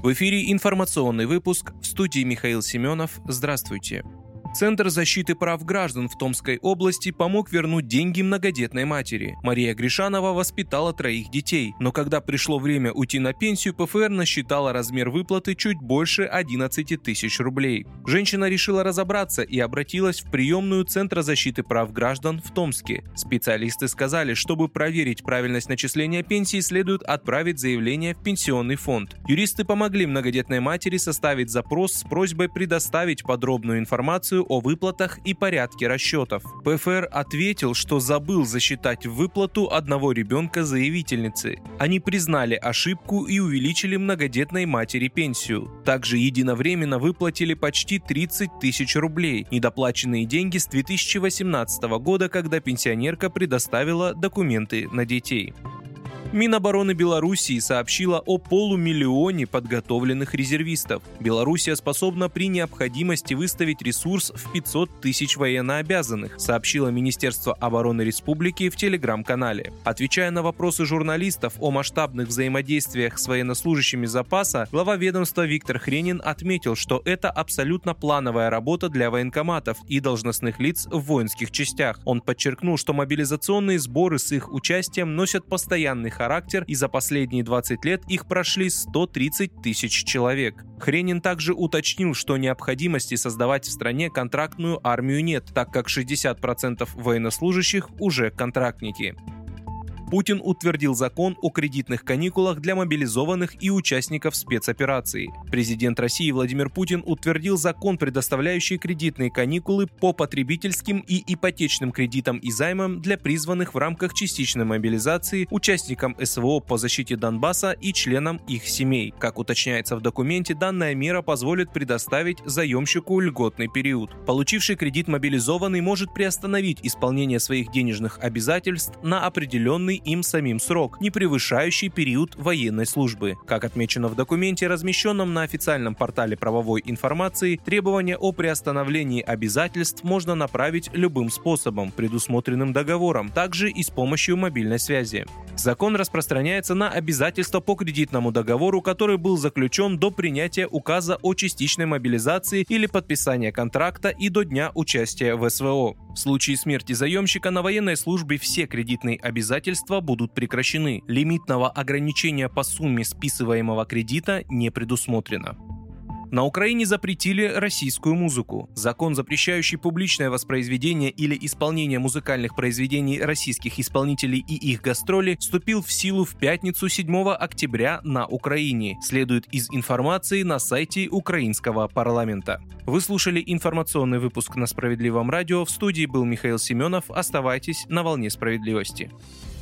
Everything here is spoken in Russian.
В эфире информационный выпуск, в студии Михаил Семенов. Здравствуйте. Центр защиты прав граждан в Томской области помог вернуть деньги многодетной матери. Мария Гришанова воспитала 3 детей, но когда пришло время уйти на пенсию, ПФР насчитала размер выплаты чуть больше 11 тысяч рублей. Женщина решила разобраться и обратилась в приемную Центра защиты прав граждан в Томске. Специалисты сказали, чтобы проверить правильность начисления пенсии, следует отправить заявление в пенсионный фонд. Юристы помогли многодетной матери составить запрос с просьбой предоставить подробную информацию о выплатах и порядке расчетов. ПФР ответил, что забыл засчитать в выплату одного ребенка заявительницы. Они признали ошибку и увеличили многодетной матери пенсию. Также единовременно выплатили почти 30 тысяч рублей, недоплаченные деньги с 2018 года, когда пенсионерка предоставила документы на детей. Минобороны Белоруссии сообщила о 500 000 подготовленных резервистов. Белоруссия способна при необходимости выставить ресурс в 500 тысяч военнообязанных, сообщило Министерство обороны республики в телеграм-канале. Отвечая на вопросы журналистов о масштабных взаимодействиях с военнослужащими запаса, глава ведомства Виктор Хренин отметил, что это абсолютно плановая работа для военкоматов и должностных лиц в воинских частях. Он подчеркнул, что мобилизационные сборы с их участием носят постоянный характер, и за последние 20 лет их прошли 130 тысяч человек. Хренин также уточнил, что необходимости создавать в стране контрактную армию нет, так как 60% военнослужащих уже контрактники. Путин утвердил закон о кредитных каникулах для мобилизованных и участников спецоперации. Президент России Владимир Путин утвердил закон, предоставляющий кредитные каникулы по потребительским и ипотечным кредитам и займам для призванных в рамках частичной мобилизации участникам СВО по защите Донбасса и членам их семей. Как уточняется в документе, данная мера позволит предоставить заемщику льготный период. Получивший кредит мобилизованный может приостановить исполнение своих денежных обязательств на определенный им самим срок, не превышающий период военной службы. Как отмечено в документе, размещенном на официальном портале правовой информации, требования о приостановлении обязательств можно направить любым способом, предусмотренным договором, также и с помощью мобильной связи. Закон распространяется на обязательства по кредитному договору, который был заключен до принятия указа о частичной мобилизации или подписания контракта и до дня участия в СВО. В случае смерти заемщика на военной службе все кредитные обязательства будут прекращены. Лимитного ограничения по сумме списываемого кредита не предусмотрено. На Украине запретили российскую музыку. Закон, запрещающий публичное воспроизведение или исполнение музыкальных произведений российских исполнителей и их гастроли, вступил в силу в пятницу 7 октября на Украине, следует из информации на сайте украинского парламента. Вы слушали информационный выпуск на Справедливом радио. В студии был Михаил Семенов. Оставайтесь на волне справедливости.